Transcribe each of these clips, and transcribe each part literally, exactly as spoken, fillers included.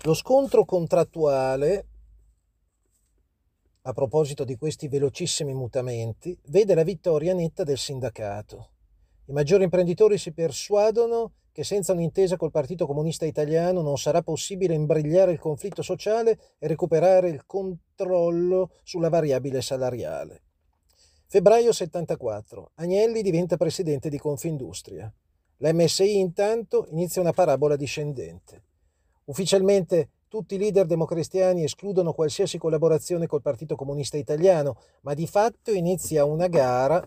Lo scontro contrattuale, a proposito di questi velocissimi mutamenti, vede la vittoria netta del sindacato. I maggiori imprenditori si persuadono che senza un'intesa col Partito Comunista Italiano non sarà possibile imbrigliare il conflitto sociale e recuperare il controllo sulla variabile salariale. Febbraio settantaquattro. Agnelli diventa presidente di Confindustria. L'M S I intanto inizia una parabola discendente. Ufficialmente tutti i leader democristiani escludono qualsiasi collaborazione col Partito Comunista Italiano, ma di fatto inizia una gara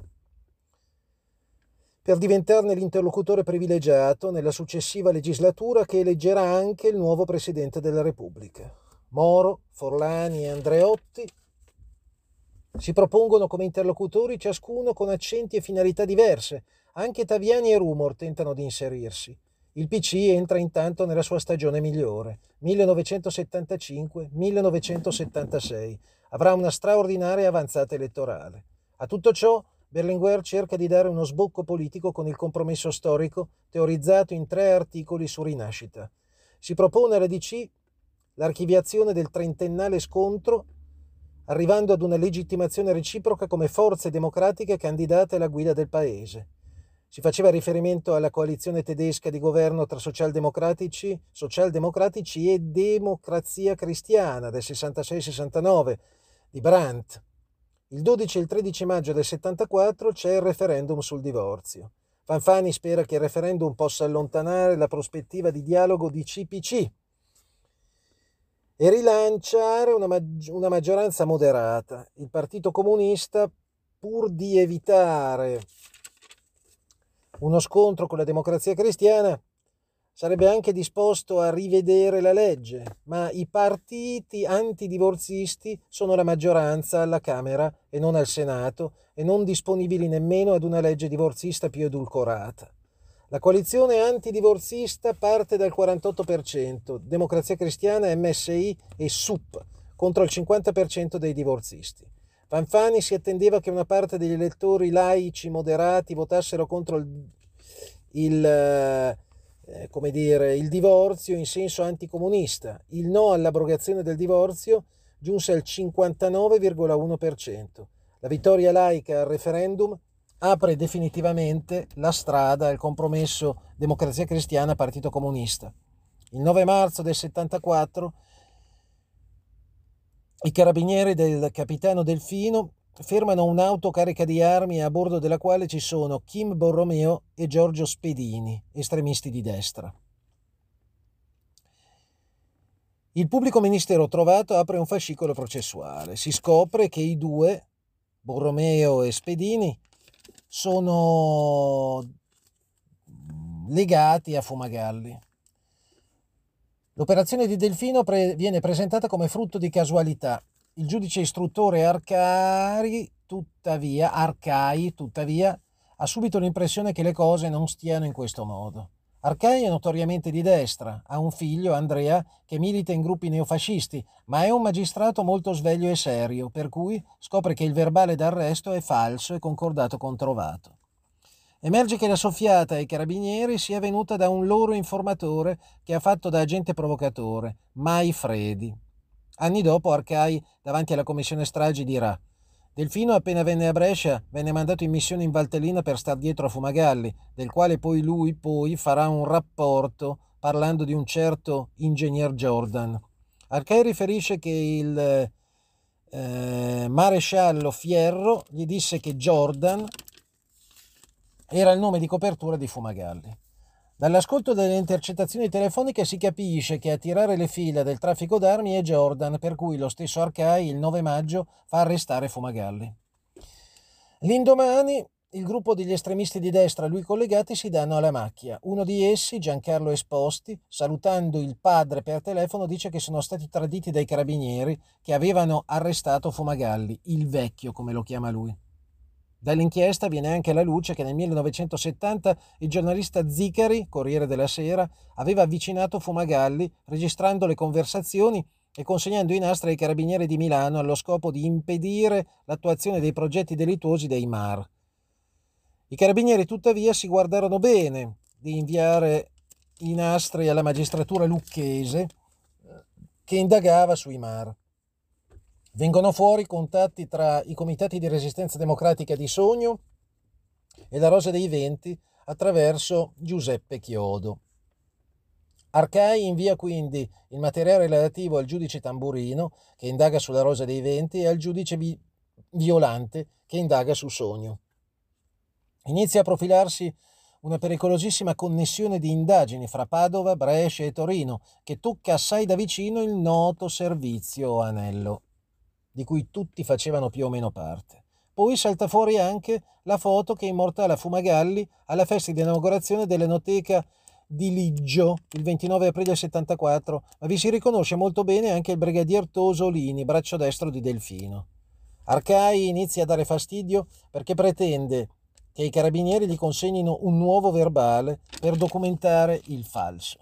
per diventarne l'interlocutore privilegiato nella successiva legislatura che eleggerà anche il nuovo Presidente della Repubblica. Moro, Forlani e Andreotti si propongono come interlocutori ciascuno con accenti e finalità diverse. Anche Taviani e Rumor tentano di inserirsi. Il P C entra intanto nella sua stagione migliore, millenovecentosettantacinque millenovecentosettantasei. Avrà una straordinaria avanzata elettorale. A tutto ciò, Berlinguer cerca di dare uno sbocco politico con il compromesso storico teorizzato in tre articoli su Rinascita. Si propone alla D C l'archiviazione del trentennale scontro, arrivando ad una legittimazione reciproca come forze democratiche candidate alla guida del paese. Si faceva riferimento alla coalizione tedesca di governo tra socialdemocratici, socialdemocratici e democrazia cristiana del sessantasei sessantanove di Brandt. Il dodici e il tredici maggio del settantaquattro c'è il referendum sul divorzio. Fanfani spera che il referendum possa allontanare la prospettiva di dialogo di C P C e rilanciare una, maggi- una maggioranza moderata. Il Partito Comunista, pur di evitare uno scontro con la democrazia cristiana, sarebbe anche disposto a rivedere la legge, ma i partiti antidivorzisti sono la maggioranza alla Camera e non al Senato e non disponibili nemmeno ad una legge divorzista più edulcorata. La coalizione antidivorzista parte dal quarantotto per cento, Democrazia Cristiana, M S I e S U P, contro il cinquanta per cento dei divorzisti. Fanfani si attendeva che una parte degli elettori laici moderati votassero contro il, il, eh, come dire, il divorzio in senso anticomunista. Il no all'abrogazione del divorzio giunse al cinquantanove virgola uno per cento. La vittoria laica al referendum apre definitivamente la strada al compromesso Democrazia Cristiana Partito Comunista. Il nove marzo del settantaquattro i carabinieri del capitano Delfino fermano un'auto carica di armi a bordo della quale ci sono Kim Borromeo e Giorgio Spedini, estremisti di destra. Il pubblico ministero trovato apre un fascicolo processuale. Si scopre che i due, Borromeo e Spedini, sono legati a Fumagalli. L'operazione di Delfino pre- viene presentata come frutto di casualità. Il giudice istruttore Arcari, tuttavia, Arcai, tuttavia, ha subito l'impressione che le cose non stiano in questo modo. Arcai è notoriamente di destra, ha un figlio, Andrea, che milita in gruppi neofascisti, ma è un magistrato molto sveglio e serio, per cui scopre che il verbale d'arresto è falso e concordato con Trovato. Emerge che la soffiata ai carabinieri sia venuta da un loro informatore che ha fatto da agente provocatore, Mai Fredi. Anni dopo Arcai, davanti alla commissione stragi, dirà: Delfino, appena venne a Brescia, venne mandato in missione in Valtellina per star dietro a Fumagalli, del quale poi lui poi farà un rapporto parlando di un certo ingegner Jordan. Arcai riferisce che il eh, maresciallo Fierro gli disse che Jordan era il nome di copertura di Fumagalli. Dall'ascolto delle intercettazioni telefoniche si capisce che a tirare le fila del traffico d'armi è Jordan, per cui lo stesso Arcai il nove maggio fa arrestare Fumagalli. L'indomani il gruppo degli estremisti di destra a lui collegati si danno alla macchia. Uno di essi, Giancarlo Esposti, salutando il padre per telefono, dice che sono stati traditi dai carabinieri che avevano arrestato Fumagalli, il vecchio come lo chiama lui. Dall'inchiesta viene anche alla luce che nel millenovecentosettanta il giornalista Zicari, Corriere della Sera, aveva avvicinato Fumagalli registrando le conversazioni e consegnando i nastri ai carabinieri di Milano allo scopo di impedire l'attuazione dei progetti delittuosi dei M A R. I carabinieri tuttavia si guardarono bene di inviare i nastri alla magistratura lucchese che indagava sui Mar. Vengono fuori contatti tra i comitati di resistenza democratica di Sogno e la Rosa dei Venti attraverso Giuseppe Chiodo. Arcai invia quindi il materiale relativo al giudice Tamburino, che indaga sulla Rosa dei Venti, e al giudice Violante, che indaga su Sogno. Inizia a profilarsi una pericolosissima connessione di indagini fra Padova, Brescia e Torino, che tocca assai da vicino il noto servizio Anello, di cui tutti facevano più o meno parte. Poi salta fuori anche la foto che immortala Fumagalli alla festa di inaugurazione dell'Enoteca di Liggio il ventinove aprile settantaquattro, ma vi si riconosce molto bene anche il brigadier Tosolini, braccio destro di Delfino. Arcai inizia a dare fastidio perché pretende che i carabinieri gli consegnino un nuovo verbale per documentare il falso.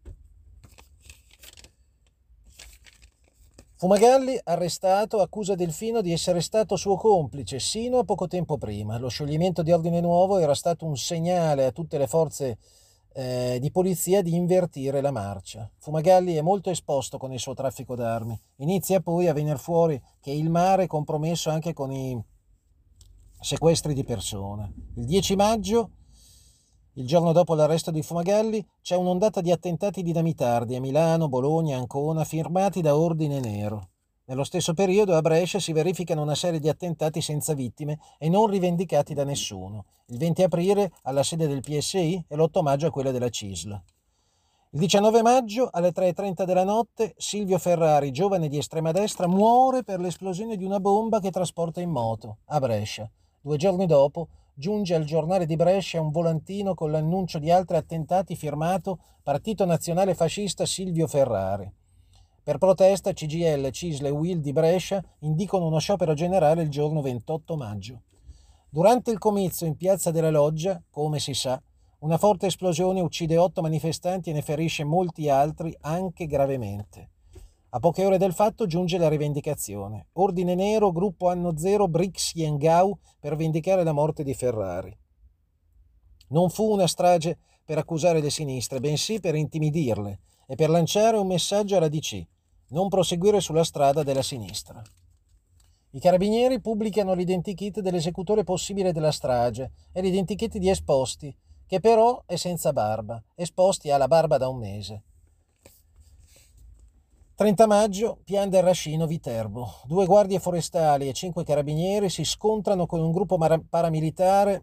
Fumagalli, arrestato, accusa Delfino di essere stato suo complice sino a poco tempo prima. Lo scioglimento di Ordine Nuovo era stato un segnale a tutte le forze eh, di polizia di invertire la marcia. Fumagalli è molto esposto con il suo traffico d'armi. Inizia poi a venire fuori che il mare è compromesso anche con i sequestri di persone. Il dieci maggio, il giorno dopo l'arresto di Fumagalli, c'è un'ondata di attentati dinamitardi a Milano, Bologna, Ancona, firmati da Ordine Nero. Nello stesso periodo a Brescia si verificano una serie di attentati senza vittime e non rivendicati da nessuno. Il venti aprile alla sede del P S I e l'otto maggio a quella della C I S L. Il diciannove maggio alle tre e trenta della notte Silvio Ferrari, giovane di estrema destra, muore per l'esplosione di una bomba che trasporta in moto a Brescia. Due giorni dopo giunge al giornale di Brescia un volantino con l'annuncio di altri attentati firmato Partito Nazionale Fascista Silvio Ferrari. Per protesta C G I L, C I S L e U I L di Brescia indicano uno sciopero generale il giorno ventotto maggio. Durante il comizio in Piazza della Loggia, come si sa, una forte esplosione uccide otto manifestanti e ne ferisce molti altri, anche gravemente. A poche ore del fatto giunge la rivendicazione. Ordine Nero, gruppo Anno Zero, Brix Yengau per vendicare la morte di Ferrari. Non fu una strage per accusare le sinistre, bensì per intimidirle e per lanciare un messaggio alla D C: non proseguire sulla strada della sinistra. I carabinieri pubblicano l'identikit dell'esecutore possibile della strage e l'identikit di Esposti, che però è senza barba. Esposti ha la barba da un mese. trenta maggio, Pian del Rascino, Viterbo. Due guardie forestali e cinque carabinieri si scontrano con un gruppo paramilitare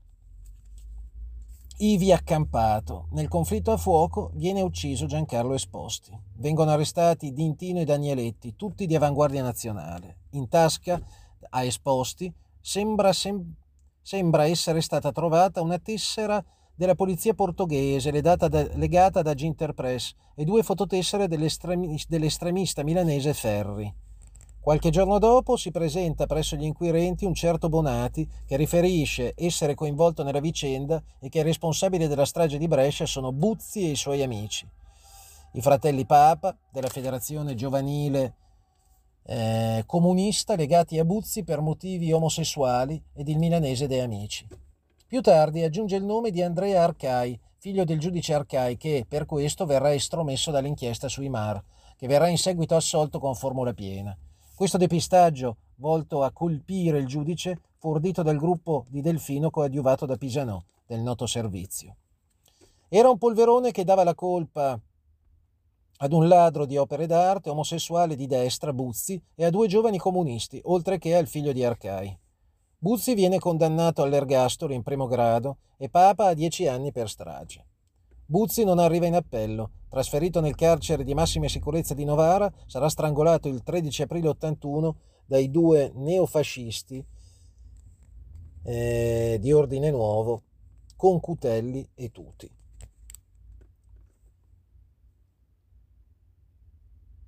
ivi accampato. Nel conflitto a fuoco viene ucciso Giancarlo Esposti. Vengono arrestati Dintino e Danieletti, tutti di Avanguardia Nazionale. In tasca a Esposti sembra, sem- sembra essere stata trovata una tessera della polizia portoghese legata da, legata da Ginterpress e due fototessere dell'estremi, dell'estremista milanese Ferri. Qualche giorno dopo si presenta presso gli inquirenti un certo Bonati che riferisce essere coinvolto nella vicenda e che i responsabili della strage di Brescia sono Buzzi e i suoi amici. I fratelli Papa, della federazione giovanile eh, comunista, legati a Buzzi per motivi omosessuali, ed il milanese De Amici. Più tardi aggiunge il nome di Andrea Arcai, figlio del giudice Arcai, che per questo verrà estromesso dall'inchiesta sui Mar, che verrà in seguito assolto con formula piena. Questo depistaggio, volto a colpire il giudice, fu ordito dal gruppo di Delfino coadiuvato da Pisanò, del noto servizio. Era un polverone che dava la colpa ad un ladro di opere d'arte, omosessuale di destra, Buzzi, e a due giovani comunisti, oltre che al figlio di Arcai. Buzzi viene condannato all'ergastolo in primo grado e Papa a dieci anni per strage. Buzzi non arriva in appello. Trasferito nel carcere di massima sicurezza di Novara, sarà strangolato il tredici aprile ottantuno dai due neofascisti eh, di Ordine Nuovo con Cutelli e Tuti.